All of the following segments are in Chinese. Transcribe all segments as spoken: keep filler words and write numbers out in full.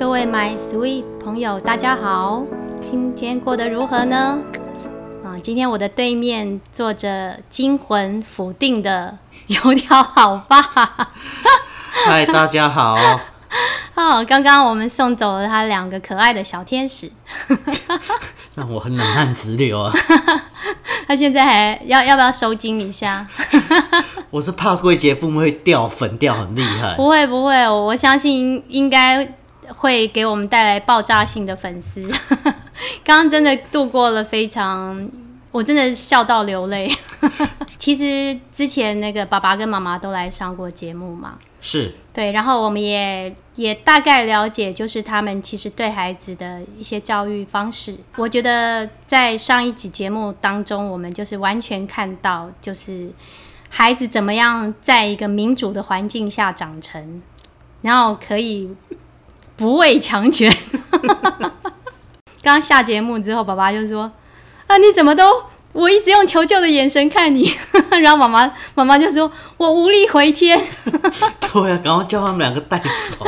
各位 My Sweet 朋友，大家好，今天过得如何呢？啊，今天我的对面坐着惊魂甫定的油条好爸。 嗨，大家好。 哦，刚刚我们送走了他两个可爱的小天使， 让我很冷汗直流啊！ 他现在还要要不要收惊一下？ 我是怕贵节目会掉粉掉很厉害。 不会不会，我相信应该会给我们带来爆炸性的粉丝。刚刚真的度过了非常，我真的笑到流泪。其实之前那个爸爸跟妈妈都来上过节目嘛， 是对，然后我们也也大概了解，就是他们其实对孩子的一些教育方式。我觉得在上一集节目当中，我们就是完全看到，就是孩子怎么样在一个民主的环境下长成，然后可以不畏强权。刚下节目之后，爸爸就说：“啊，你怎么都……我一直用求救的眼神看你。”然后妈妈妈妈就说：“我无力回天。” 对啊，赶快叫他们两个带走。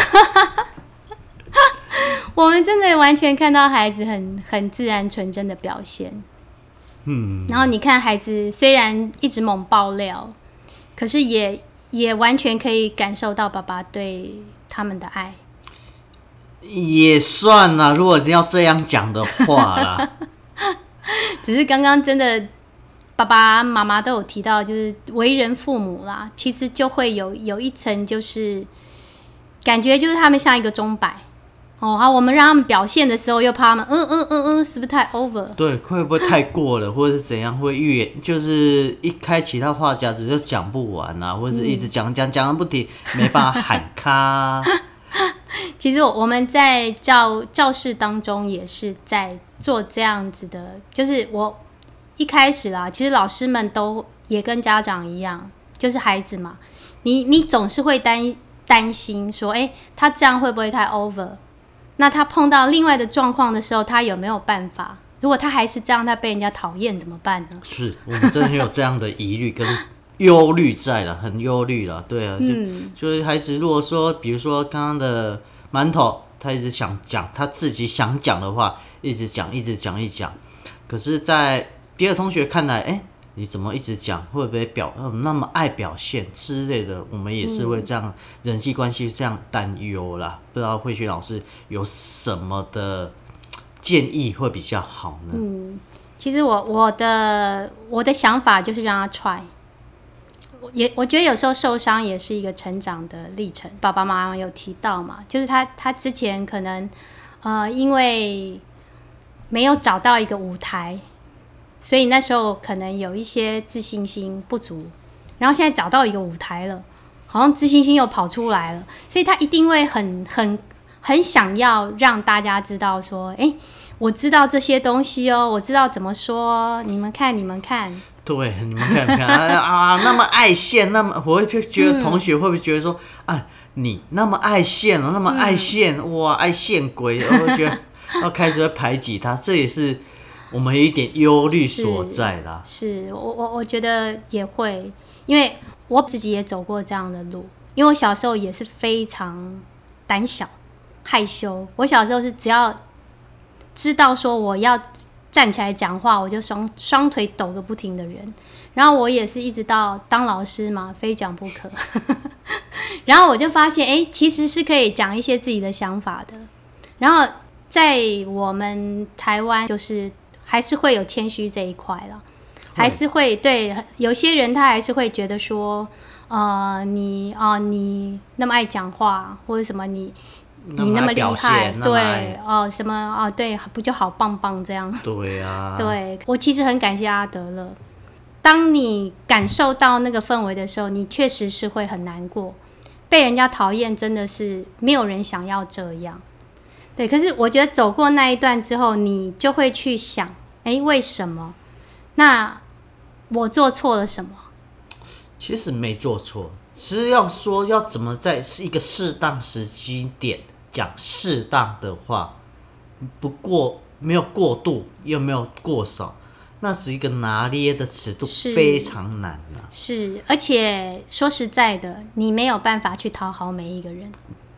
我们真的完全看到孩子很很自然纯真的表现。嗯，然后你看孩子虽然一直猛爆料，可是也也完全可以感受到爸爸对他们的爱。 也算啦，如果要这样讲的话啦。 只是刚刚真的爸爸妈妈都有提到，就是为人父母啦，其实就会有有一层就是感觉就是他们像一个钟摆哦，好，我们让他们表现的时候，又怕他们嗯嗯嗯嗯，是不是太 over？ 对，会不会太过了，或者是怎样，会越就是一开启他话匣子就讲不完啊，或者是一直讲讲讲不停，没办法喊卡。 其实我们在教教室当中也是在做这样子的，就是我一开始啦，其实老师们都也跟家长一样，就是孩子嘛，你你总是会担担心说，哎、欸，他这样会不会太 over？ 那他碰到另外的状况的时候，他有没有办法？如果他还是这样，他被人家讨厌怎么办呢？ 是我们真的有这样的疑虑跟忧虑在了，很忧虑了，对啊，就、嗯、就是孩子如果说，比如说刚刚的馒头，他一直想讲他自己想讲的话，一直讲，一直讲，一讲。可是，在别的同学看来，哎、欸，你怎么一直讲？会不会表、呃、那么爱表现之类的？我们也是会这样、嗯、人际关系这样担忧啦。不知道慧雪老师有什么的建议会比较好呢？ 嗯，其实我我的我的想法就是让他 try。也我觉得有时候受伤也是一个成长的历程。爸爸妈妈有提到嘛，就是他他之前可能呃因为没有找到一个舞台，所以那时候可能有一些自信心不足，然后现在找到一个舞台了，好像自信心又跑出来了，所以他一定会很很很想要让大家知道说，哎、欸，我知道这些东西哦，我知道怎么说，你们看你们看。 对，你们看看啊，那么爱现，那么我会觉得同学会不会觉得说、嗯、啊，你那么爱现哦，那么爱现、嗯、哇，爱现鬼，我会觉得要开始会排挤他，这也是我们有一点忧虑所在啦。 是，是我我我觉得也会，因为我自己也走过这样的路，因为我小时候也是非常胆小、害羞。我小时候是只要知道说我要站起来讲话，我就双双腿抖个不停的人。然后我也是一直到当老师嘛，非讲不可。然后我就发现，哎，其实是可以讲一些自己的想法的。然后在我们台湾，就是还是会有谦虚这一块了，还是会对有些人他还是会觉得说，呃，你啊、呃，你那么爱讲话，或者什么你。你那么厉害，对哦，什么哦，对，不就好棒棒这样？ 对啊， 对，我其实很感谢阿德勒。当你感受到那个氛围的时候，你确实是会很难过，被人家讨厌，真的是没有人想要这样。对，可是我觉得走过那一段之后，你就会去想，哎，为什么？那我做错了什么？ 其实没做错，只是要说要怎么在是一个适当时机点。讲适当的话，不过没有过度，又没有过少，那是一个拿捏的尺度非常难啊。 是，而且说实在的，你没有办法去讨好每一个人。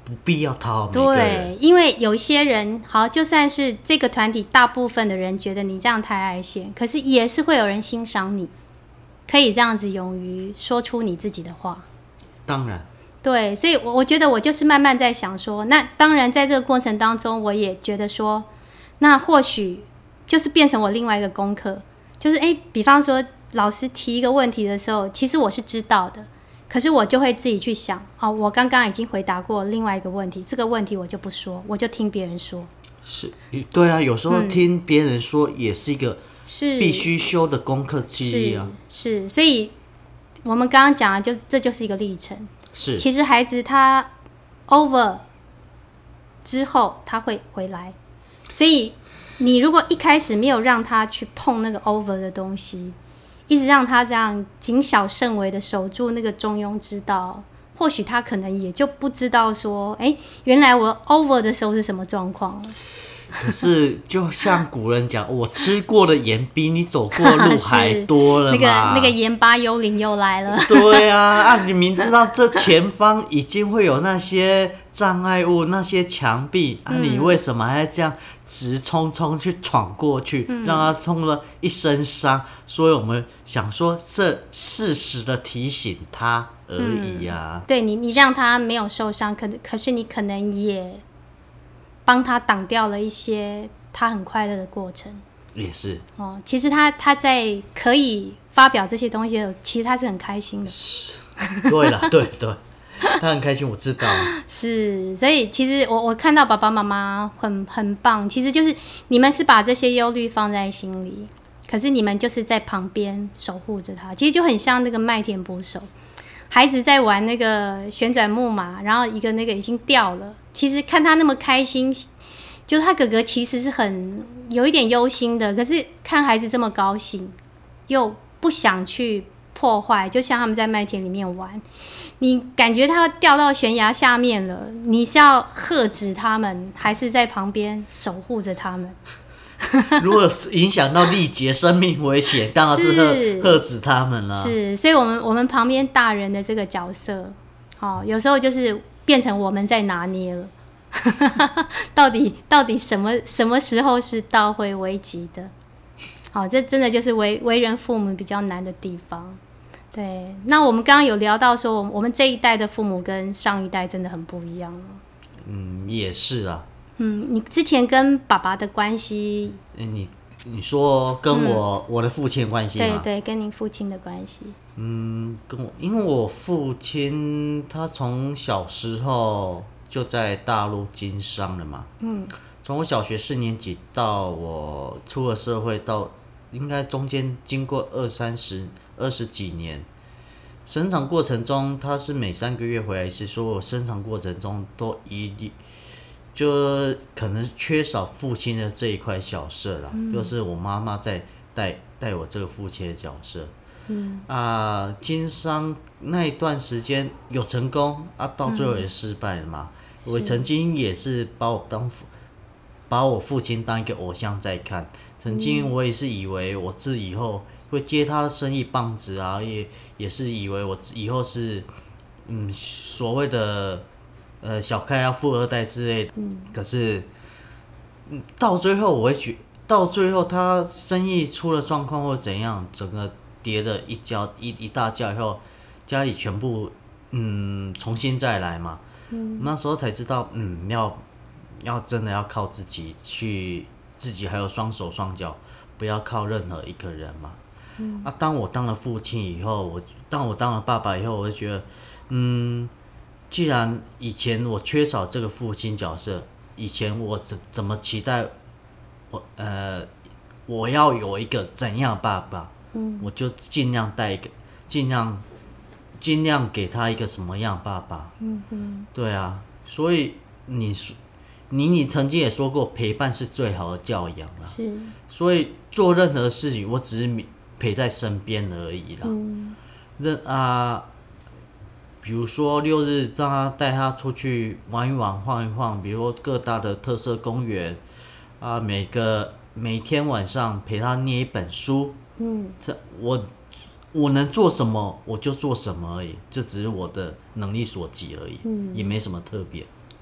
不必要讨好每个人。 对，因为有一些人，好，就算是这个团体大部分的人觉得你这样太爱现，可是也是会有人欣赏你，可以这样子勇于说出你自己的话。 当然， 对，所以我我觉得我就是慢慢在想说，那当然在这个过程当中，我也觉得说，那或许就是变成我另外一个功课，就是哎，比方说老师提一个问题的时候，其实我是知道的，可是我就会自己去想，哦，我刚刚已经回答过另外一个问题，这个问题我就不说，我就听别人说。 是，对啊，有时候听别人说也是一个是必须修的功课之一啊。 是，是，所以我们刚刚讲的就这就是一个历程。 是， 其实孩子他 over 之后他会回来，所以你如果一开始没有让他去碰那个 over 的东西，一直让他这样谨小慎微的守住那个中庸之道，或许他可能也就不知道说，哎，原来我 over 的时候是什么状况了。 可是就像古人讲，我吃过的盐比你走过的路还多了嘛。 那个那个盐巴幽灵又来了。 对啊，啊，你明知道这前方已经会有那些障碍物、那些墙壁啊，你为什么还要这样直冲冲去闯过去，嗯、让他冲了一身伤？所以我们想说，这适时的提醒他而已啊。 嗯、对你，你让他没有受伤，可可是你可能也帮他挡掉了一些他很快乐的过程。 也是哦，其实他他在可以发表这些东西的时候，其实他是很开心的。 对了，对对，他很开心，我知道。 是，所以其实我我看到爸爸妈妈很很棒，其实就是你们是把这些忧虑放在心里，可是你们就是在旁边守护着他。其实就很像那个麦田捕手，孩子在玩那个旋转木马，然后一个那个已经掉了，其实看他那么开心，就他哥哥其实是很有一点忧心的，可是看孩子这么高兴，又不想去破坏，就像他们在麦田里面玩，你感觉他掉到悬崖下面了，你是要喝止他们，还是在旁边守护着他们？ 如果影响到力竭生命危险，当然是喝止他们了。 是，所以我们我们旁边大人的这个角色，哦，有时候就是变成我们在拿捏了。到底到底什么什么时候是到会危急的？好、哦，这真的就是为为人父母比较难的地方。对，那我们刚刚有聊到说，我们这一代的父母跟上一代真的很不一样了。 嗯，也是啊。 嗯，你之前跟爸爸的关系， 你你说跟我、嗯、我的父亲的关系吗？ 对对，跟您父亲的关系。 嗯，跟我，因为我父亲他从小时候就在大陆经商了嘛。嗯，从我小学四年级到我出了社会，到应该中间经过二三十二十几年，生产过程中他是每三个月回来一次，所以我生产过程中都一律。就可能缺少父亲的这一块角色啦、嗯，就是我妈妈在带带我这个父亲的角色。嗯啊，经商那一段时间有成功啊，到最后也失败了嘛。嗯、我曾经也是把我当把我父亲当一个偶像在看，曾经我也是以为我自己以后会接他的生意棒子啊，也也是以为我以后是嗯所谓的。呃，小开啊，富二代之类的，嗯、可是，嗯，到最后我会觉，到最后他生意出了状况或怎样，整个跌了一跤一一大跤以后，家里全部嗯重新再来嘛，嗯，那时候才知道，嗯，要要真的要靠自己去，自己还有双手双脚，不要靠任何一个人嘛，嗯，啊，当我当了父亲以后，我当我当了爸爸以后，我就觉得，嗯。既然以前我缺少这个父亲角色，以前我怎怎么期待我呃我要有一个怎样的爸爸，嗯，我就尽量带一个，尽量尽量给他一个什么样的爸爸，嗯嗯，对啊，所以你你你曾经也说过，陪伴是最好的教养啦，是，所以做任何事情，我只是陪在身边而已啦，嗯，任啊。比如说六日让他带他出去玩一玩晃一晃，比如说各大的特色公园啊，每个每天晚上陪他念一本书，嗯，我我能做什么我就做什么而已，这只是我的能力所及而已，嗯，也没什么特别。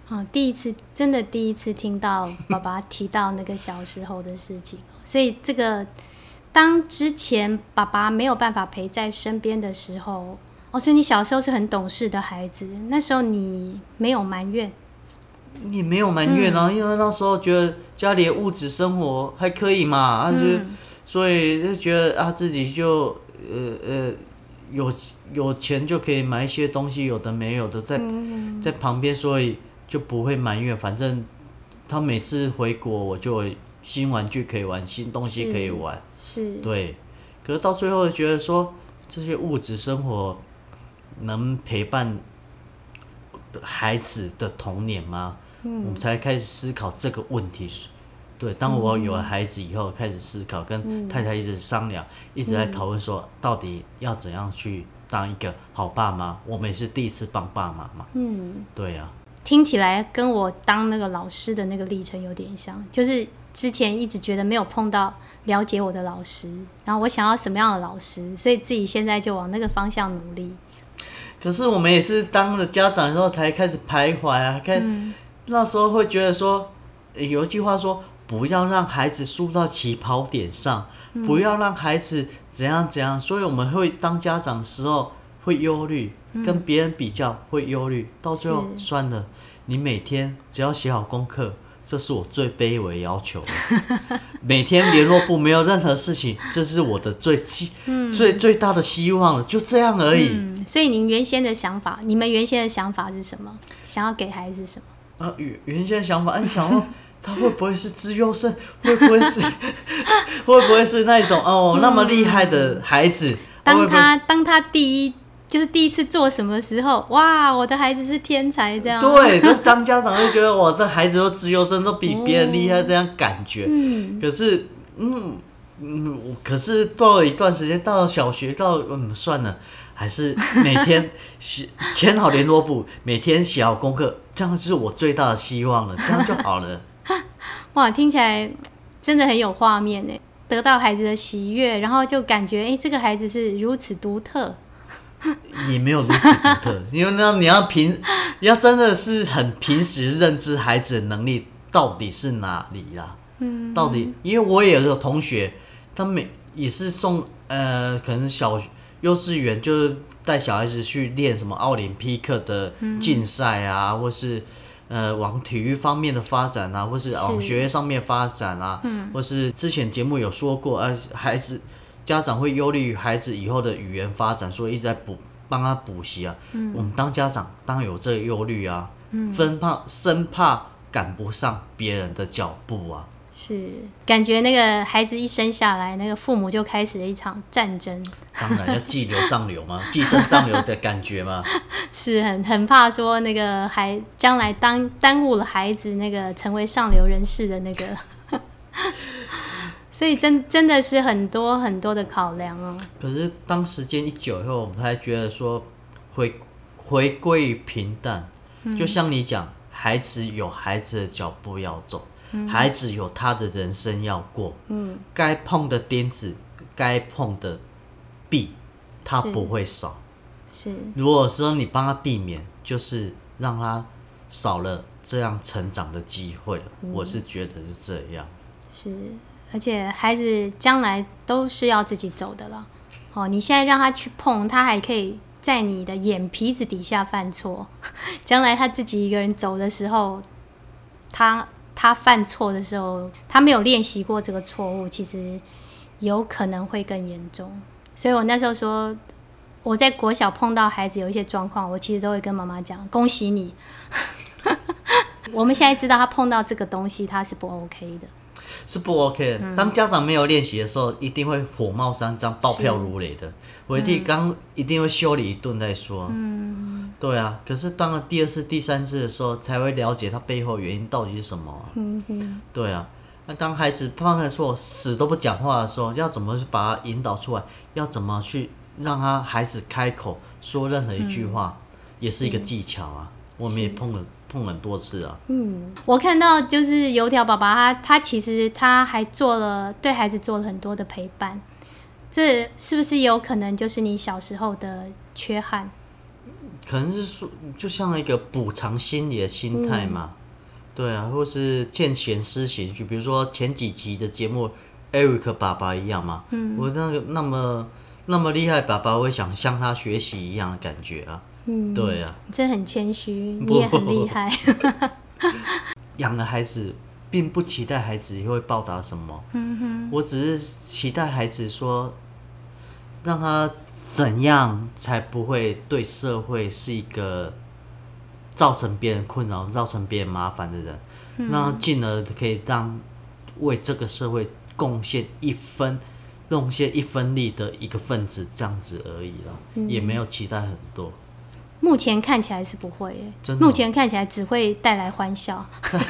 哦，第一次真的第一次听到爸爸提到那个小时候的事情，所以这个当之前爸爸没有办法陪在身边的时候，哦，所以你小时候是很懂事的孩子，那时候你没有埋怨。 也没有埋怨啊、嗯，因为那时候觉得家里的物质生活还可以嘛，啊就、嗯、所以就觉得啊自己就呃呃有有钱就可以买一些东西，有的没有的在、嗯、在旁边，所以就不会埋怨。反正他每次回国，我就有新玩具可以玩，新东西可以玩， 是，对。 可是到最后觉得说这些物质生活能陪伴孩子的童年吗？嗯、我们才开始思考这个问题。对，当我有了孩子以后，开始思考，跟太太一直商量，嗯、一直在讨论说，到底要怎样去当一个好爸妈。我们也是第一次当爸妈嘛。嗯，对啊。 听起来跟我当那个老师的那个历程有点像，就是之前一直觉得没有碰到了解我的老师，然后我想要什么样的老师，所以自己现在就往那个方向努力。 可是我们也是当了家长之后才开始徘徊啊，看、嗯、那时候会觉得说，有一句话说，不要让孩子输到起跑点上，嗯、不要让孩子怎样怎样，所以我们会当家长的时候会忧虑，嗯、跟别人比较会忧虑，到最后算了，你每天只要写好功课，这是我最卑微要求的。每天联络簿没有任何事情，这是我的最、嗯、最最大的希望了，就这样而已。 嗯、所以您原先的想法，你们原先的想法是什么？想要给孩子什么？ 啊，原先的想法，哎，想说他会不会是资优生？会不会是会不会是那种哦、嗯、那么厉害的孩子？ 当他会会当他第一。就是第一次做什么时候，哇，我的孩子是天才这样。 对，就当家长就觉得我的孩子都资优生，都比别人厉害这样感觉。嗯、可是，嗯嗯，可是到了一段时间，到了小学，到嗯算了，还是每天写签好联络簿，每天写好功课，这样就是我最大的希望了，这样就好了。 哇，听起来真的很有画面耶，得到孩子的喜悦，然后就感觉哎、欸，这个孩子是如此独特。 也没有如此独特，因为呢，你要平，你要真的是很平时认知孩子的能力到底是哪里啦？嗯，到底，因为我也有同学，他们也是送呃，可能小幼稚园就是带小孩子去练什么奥林匹克的竞赛啊，嗯、或是呃往体育方面的发展啊，或是往学业上面发展啊，嗯、或是之前节目有说过，呃，孩子。家长会忧虑孩子以后的语言发展，所以一直在补帮他补习啊。嗯、我们当家长当然有这个忧虑啊，嗯、生怕生怕赶不上别人的脚步啊。 是，感觉那个孩子一生下来，那个父母就开始了一场战争。 当然要继流上流嘛，寄生上流的感觉嘛。 是很很怕说那个孩将来当耽误了孩子那个成为上流人士的那个。所以真真的是很多很多的考量哦。 可是当时间一久以后，我们才觉得说回回归于平淡。嗯、就像你讲，孩子有孩子的脚步要走，嗯、孩子有他的人生要过。嗯，该碰的钉子，该碰的壁，他不会少。是。是如果说你帮他避免，就是让他少了这样成长的机会了。嗯、我是觉得是这样。 是。而且孩子将来都是要自己走的了，哦，你现在让他去碰，他还可以在你的眼皮子底下犯错，将来他自己一个人走的时候，他他犯错的时候，他没有练习过这个错误，其实有可能会更严重。所以我那时候说，我在国小碰到孩子有一些状况，我其实都会跟妈妈讲，恭喜你。我们现在知道他碰到这个东西，他是不 OK 的。 是不 OK 的。嗯、当家长没有练习的时候，一定会火冒三丈、暴跳如雷的。回去刚一定会修理一顿再说。嗯，对啊。可是当了第二次、第三次的时候，才会了解他背后原因到底是什么、啊。嗯嗯。对啊。那当孩子犯了错、死都不讲话的时候，要怎么去把他引导出来？要怎么去让他孩子开口说任何一句话，嗯、也是一个技巧啊。我们也碰了。碰很多次啊， 嗯，我看到就是油条爸爸他他其实他还做了对孩子做了很多的陪伴，这是不是有可能就是你小时候的缺憾？ 可能是说，就像一个补偿心理的心态嘛，嗯、对啊，或是见贤思齐，就比如说前几集的节目 ，Eric 爸爸一样嘛，嗯、我那个那么那么厉害，爸爸会想向他学习一样的感觉啊，嗯，对啊， 真很谦虚，你也很厉害。 养了孩子，并不期待孩子会报答什么，嗯哼，我只是期待孩子说，让他。怎样才不会对社会是一个造成别人困扰、造成别人麻烦的人？嗯、那进而可以让为这个社会贡献一分、贡献一分力的一个分子，这样子而已了，嗯、也没有期待很多。 目前看起来是不会耶，真的，目前看起来只会带来欢笑。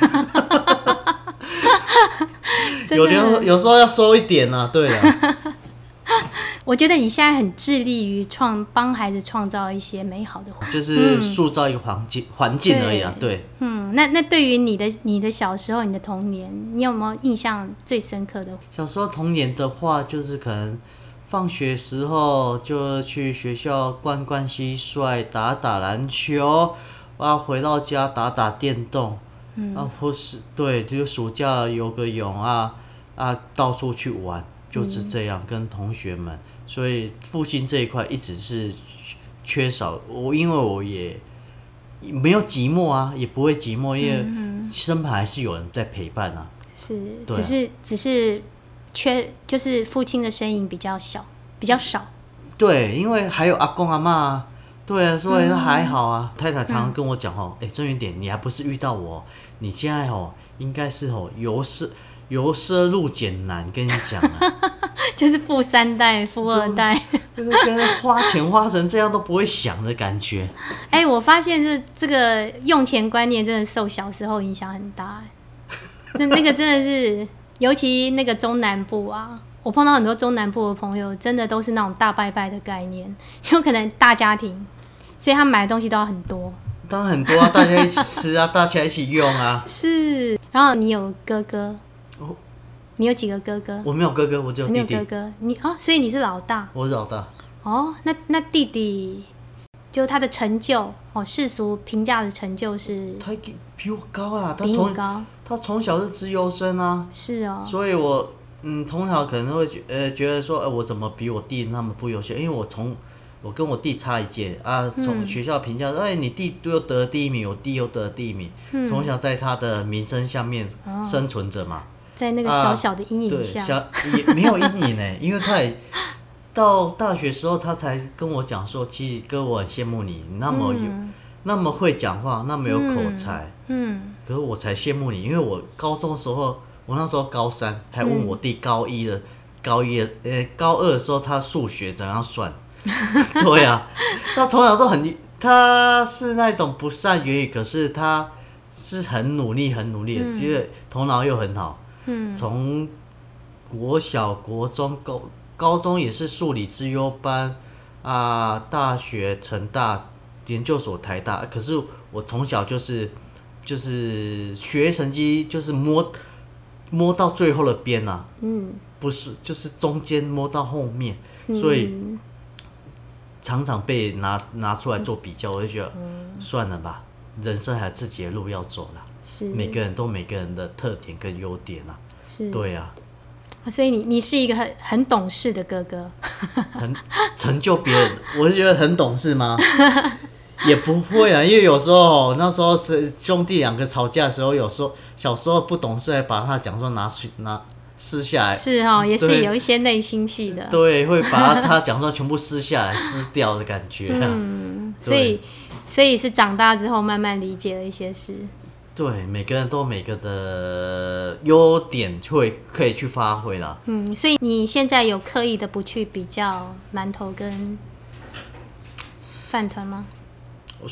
有有有时候要收一点啊，对啊。 我觉得你现在很致力于创帮孩子创造一些美好的环境， 就是塑造一个环境环境而已啊。对， 嗯，那那对于你的你的小时候，你的童年，你有没有印象最深刻的？ 小时候童年的话，就是可能放学时候就去学校灌灌蟋蟀，打打篮球，啊，回到家打打电动，嗯、啊，或是对，就是暑假游个泳啊啊，到处去玩。就是这样，跟同学们，所以父亲这一块一直是缺少我，因为我也没有寂寞啊，也不会寂寞，因为身旁还是有人在陪伴啊。 是，啊、只是只是缺，就是父亲的身影比较小，比较少。 对，因为还有阿公阿嬷，对啊，所以还好啊。嗯、太太常常跟我讲哦，哎、嗯，郑云典，你还不是遇到我，你现在哦，应该是哦，由奢由奢入俭难，跟你讲啊。 就是富三代、富二代， 就是跟花钱花成这样都不会想的感觉。 哎、欸，我发现这这个用钱观念真的受小时候影响很大。那那个真的是，尤其那个中南部啊，我碰到很多中南部的朋友，真的都是那种大拜拜的概念，就可能大家庭，所以他们买的东西都要很多。 当然很多啊，大家一起吃啊，大家一起用啊。 是，然后你有哥哥。哦，你有几个哥哥？ 我没有哥哥，我只有弟弟。 你有哥哥，你哦，所以你是老大。 我是老大。 哦，那那弟弟就他的成就哦，世俗评价的成就是他比我高啦，他比你高， 他从小是资优生啊。 是哦。所以我嗯，从小可能会觉呃觉得说，呃，我怎么比我弟那么不优秀？因为我从我跟我弟差一届啊，从学校评价说，哎、嗯，你弟又得第一名，我弟又得第一名，从、嗯、小在他的名声下面生存着嘛。哦， 在那个小小的阴影下， 啊、对，小也没有阴影呢，因为他也到大学时候，他才跟我讲说，其实哥，我很羡慕你，你那么有、嗯、那么会讲话，那么有口才，嗯，嗯可是我才羡慕你，因为我高中的时候，我那时候高三，还问我弟高一的，嗯、高一的，呃，高二的时候他数学怎样算？对啊，他从小都很，他是那种不善言语，可是他是很努力，很努力的，觉得、嗯、头脑又很好。嗯，从国小、国中、高高中也是数理资优班啊，大学成大、研究所台大，可是我从小就是就是学成绩就是摸摸到最后的边啊，嗯，不是就是中间摸到后面，嗯、所以常常被拿拿出来做比较，我就觉得、嗯、算了吧，人生还有自己的路要走了。是每个人都每个人的特点跟优点啊，是，对啊， 所以你你是一个很很懂事的哥哥， 很成就别人，我是觉得很懂事吗？也不会啊，因为有时候那时候是兄弟两个吵架的时候，有时候小时候不懂事，还把他讲说拿拿撕下来， 是哦，也是有一些内心戏的， 对，会把他讲说全部撕下来撕掉的感觉、啊，嗯， 所以所以是长大之后慢慢理解了一些事。 对，每个人都有每个的优点会可以去发挥啦。 嗯，所以你现在有刻意的不去比较馒头跟饭团吗？ 我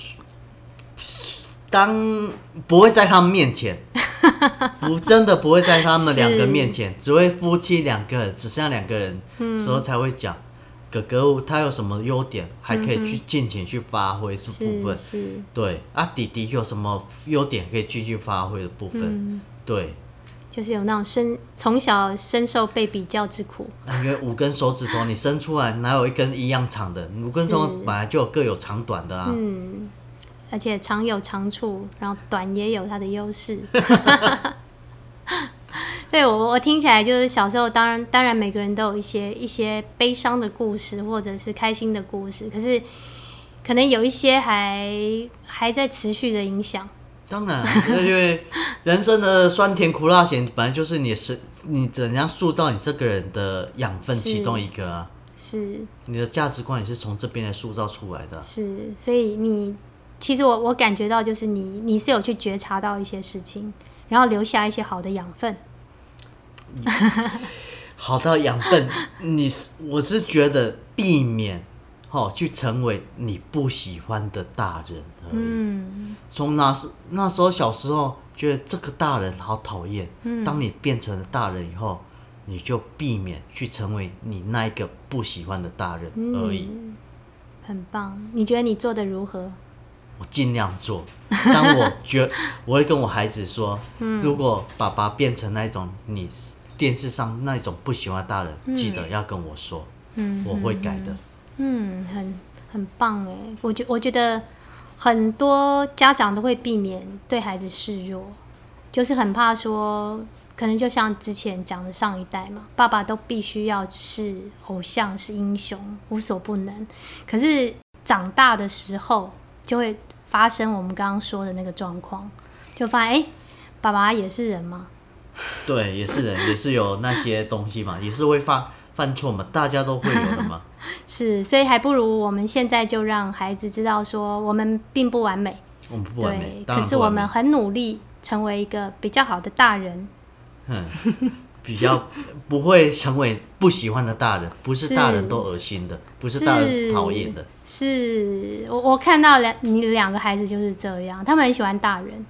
当不会在他们面前，不真的不会在他们两个面前，只会夫妻两个人，只剩下两个人时候才会讲。嗯哥哥他有什么优点，还可以去尽情去发挥这部分。是是对啊，弟弟有什么优点可以继续发挥的部分？嗯、对， 就是有那种深从小深受被比较之苦。 因为五根手指头你伸出来哪有一根一样长的？五根手指头本来就有各有长短的啊。 嗯，而且长有长处，然后短也有它的优势。对，我我听起来就是小时候，当然当然每个人都有一些一些悲伤的故事，或者是开心的故事，可是可能有一些还还在持续的影响。 当然，因为人生的酸甜苦辣咸，本来就是你是你怎样塑造你这个人的养分其中一个啊。 是， 你的价值观也是从这边来塑造出来的、啊。 是，所以你其实我我感觉到，就是你你是有去觉察到一些事情，然后留下一些好的养分。 好的养分，你我是觉得避免。哦、去成为你不喜欢的大人而已。嗯，从那时那时候小时候觉得这个大人好讨厌、嗯，当你变成了大人以后，你就避免去成为你那一个不喜欢的大人而已。 嗯、很棒，你觉得你做的如何？ 我尽量做。当我觉我会跟我孩子说、嗯，如果爸爸变成那种你电视上那种不喜欢的大人、嗯，记得要跟我说，嗯，我会改的。 嗯，很很棒哎！我觉我觉得很多家长都会避免对孩子示弱，就是很怕说，可能就像之前讲的上一代嘛，爸爸都必须要是偶像、是英雄，无所不能。可是长大的时候，就会发生我们刚刚说的那个状况，就发现哎、欸，爸爸也是人嘛。 对，也是人，也是有那些东西嘛，也是会犯犯错嘛，大家都会有的嘛。 是，所以还不如我们现在就让孩子知道说，我们并不完美， 我们不完美， 对，可是我们很努力成为一个比较好的大人。 嗯，比较不会成为不喜欢的大人，不是大人都恶心的，不是大人讨厌的。 是我我看到两你两个孩子就是这样，他们很喜欢大人。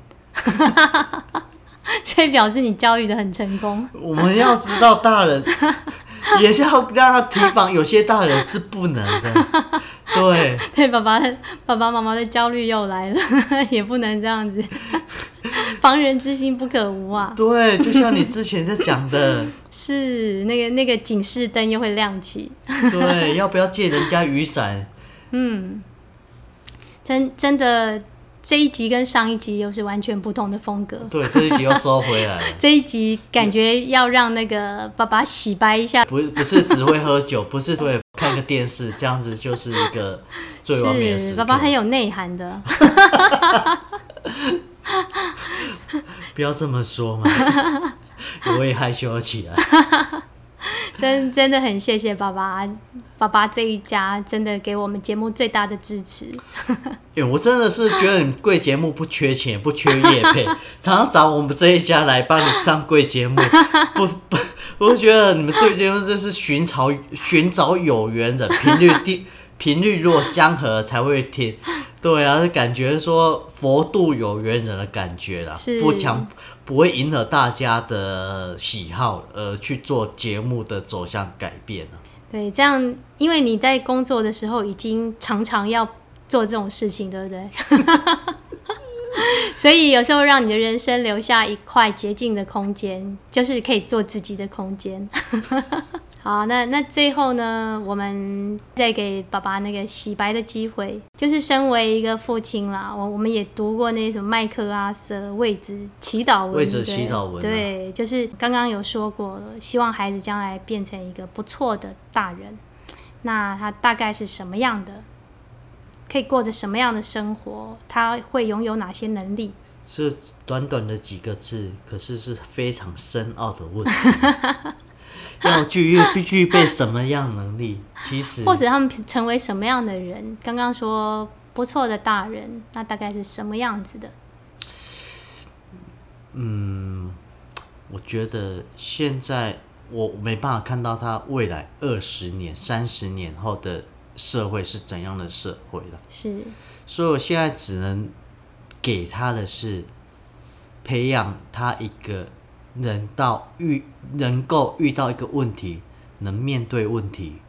所以表示你教育的很成功。 我们要知道大人也是要让他提防，有些大人是不能的。对对，爸爸爸爸妈妈的焦虑又来了，也不能这样子，防人之心不可无啊。 对，就像你之前在讲的， 是那个那个警示灯又会亮起。 对，要不要借人家雨伞？ 嗯，真真的。这一集跟上一集又是完全不同的风格。 对，这一集又收回来了。 这一集感觉要让那个爸爸洗白一下。 不不是只会喝酒，不是对看个电视这样子就是一个最完美的时刻。 是爸爸很有内涵的。 不要这么说嘛，我也害羞起来。 真真的很谢谢爸爸，爸爸这一家真的给我们节目最大的支持。 欸、我真的是觉得你贵节目不缺钱，不缺业配，常常找我们这一家来帮你上贵节目。不不，我觉得你们贵节目就是寻找寻找有缘人，频率低，频率若相合才会听。对啊，感觉说佛度有缘人的感觉啦，不强不会迎合大家的喜好而去做节目的走向改变啊。 对，这样因为你在工作的时候已经常常要做这种事情，对不对？所以有时候让你的人生留下一块洁净的空间，就是可以做自己的空间。好，那那最后呢，我们再给爸爸那个洗白的机会，就是身为一个父亲啦，我我们也读过那种麦克阿瑟位置祈祷文， 位置祈祷文、啊， 对，就是刚刚有说过了，希望孩子将来变成一个不错的大人，那他大概是什么样的，可以过着什么样的生活，他会拥有哪些能力？ 这短短的几个字，可是是非常深奥的问题。要具具备什么样能力？其实或者他们成为什么样的人？刚刚说不错的大人，那大概是什么样子的？ 嗯，我觉得现在我没办法看到他未来二十年、三十年后的社会是怎样的社会了。 是， 所以我现在只能给他的是培养他一个。能到遇能够遇到一个问题，能面对问题，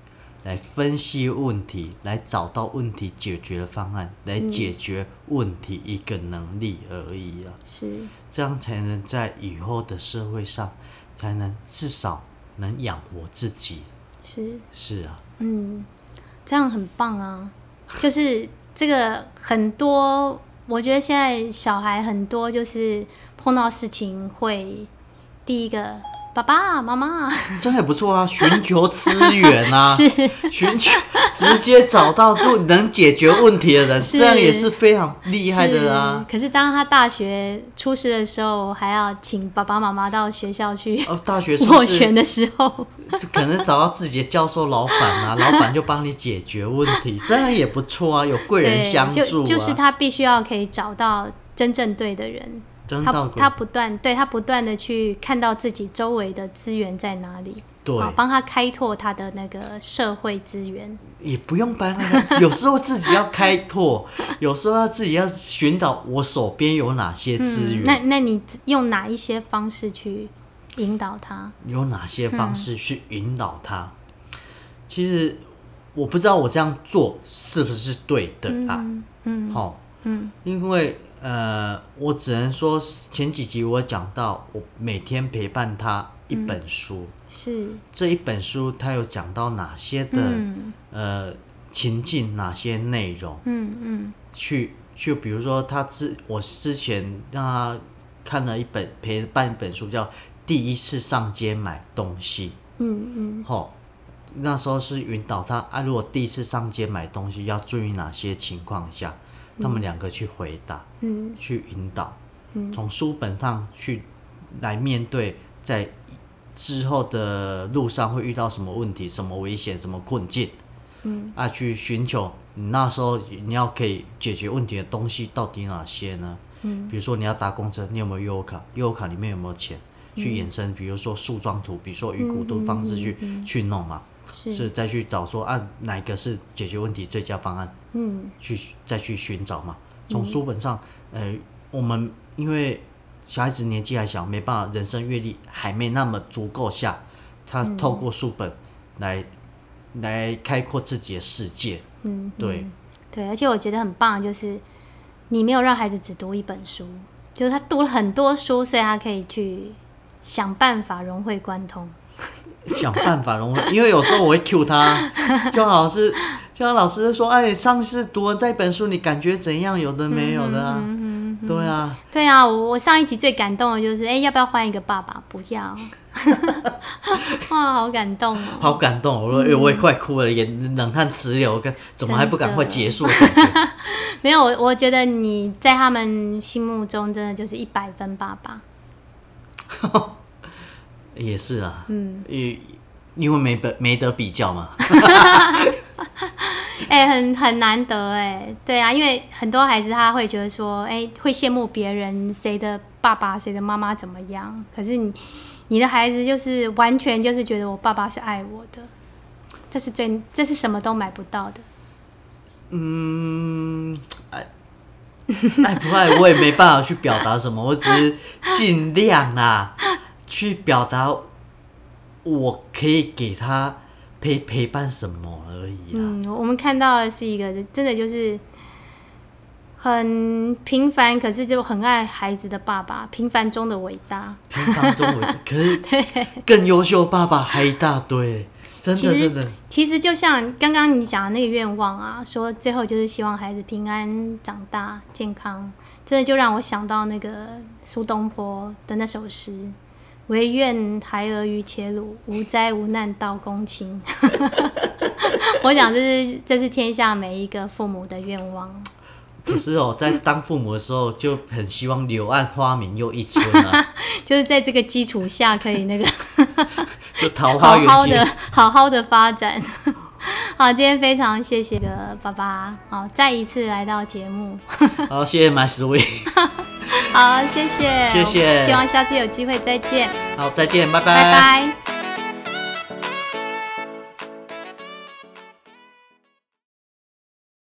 来分析问题，来找到问题解决的方案，来解决问题一个能力而已啊。 是， 这样才能在以后的社会上，才能至少能养活自己。 是是啊， 嗯，这样很棒啊。就是这个很多，我觉得现在小孩很多，就是碰到事情会第一个。爸爸妈妈， 这样也不错啊！寻求资源啊， 是寻求直接找到能解决问题的人，这样也是非常厉害的啊。 是可是当他大学出事的时候，还要请爸爸妈妈到学校去哦，大学斡旋的时候， 可能找到自己的教授、老板啊，老板就帮你解决问题，这样也不错啊，有贵人相助啊。 就, 就是他必须要可以找到真正对的人。他, 他不断对他不断的去看到自己周围的资源在哪里， 对， 帮他开拓他的那个社会资源。 也不用帮他，有时候自己要开拓，有时候要自己要寻找我手边有哪些资源。 嗯、那那你用哪一些方式去引导他？ 有哪些方式去引导他？嗯、其实我不知道我这样做是不是对的啊？嗯，嗯好。嗯，因为呃，我只能说前几集我讲到，我每天陪伴他一本书，嗯、 是这一本书他有讲到哪些的、嗯、呃情境，哪些内容，嗯嗯，去去比如说他之我之前让他看了一本陪伴一本书叫《第一次上街买东西》，嗯嗯，好、哦，那时候是引导他啊，如果第一次上街买东西要注意哪些情况下。他们两个去回答，嗯，去引导，嗯，从书本上去来面对，在之后的路上会遇到什么问题、什么危险、什么困境，嗯，啊，去寻求你那时候你要可以解决问题的东西到底哪些呢？嗯，比如说你要搭公车，你有没有悠游卡？悠游卡里面有没有钱？去衍生，比如说树状图，比如说鱼骨图方式去、嗯嗯嗯、去弄嘛。是再去找说啊哪一个是解决问题最佳方案，嗯，去再去寻找嘛。从书本上，呃，我们因为小孩子年纪还小，没办法，人生阅历还没那么足够下，他透过书本来、嗯、来开阔自己的世界。嗯，对、嗯， 对，而且我觉得很棒，就是你没有让孩子只读一本书，就是他读了很多书，所以他可以去想办法融会贯通。 想办法融合，因为有时候我会 cue 他，就好是，就像老师说，哎，上次读了这本书，你感觉怎样？有的没有的啊，嗯、对啊， 对啊，我我上一集最感动的就是，哎，要不要换一个爸爸？不要，哇，好感动哦， 好感动，我我也快哭了，眼冷汗直流，怎么还不赶快结束的感觉？ 没有，我我觉得你在他们心目中真的就是一百分爸爸。 也是啊，嗯，因为没得没得比较嘛， 哎、欸，很很难得哎，对啊，因为很多孩子他会觉得说，哎、欸，会羡慕别人谁的爸爸谁的妈妈怎么样，可是你你的孩子就是完全就是觉得我爸爸是爱我的，这是最这是什么都买不到的。 嗯，爱爱不爱我也没办法去表达什么，我只是尽量啊。去表达我可以给他陪陪伴什么而已啦。 嗯，我们看到的是一个真的就是很平凡，可是就很爱孩子的爸爸，平凡中的伟大。 平凡中伟大，可是更优秀爸爸还一大堆，真的真的。 其实就像刚刚你讲的那个愿望啊，说最后就是希望孩子平安长大、健康，真的就让我想到那个苏东坡的那首诗。唯愿孩儿愚且鲁，无灾无难到公卿。我想这是这是天下每一个父母的愿望。 可是哦，在当父母的时候，就很希望柳暗花明又一村啊。 就是在这个基础下，可以那个就桃花源好好的好好的发展。好，今天非常谢谢个爸爸，好，再一次来到节目。 好，谢谢 my sweet。 好，谢谢， 谢谢， 希望下次有机会再见。 好，再见，拜拜， 拜拜。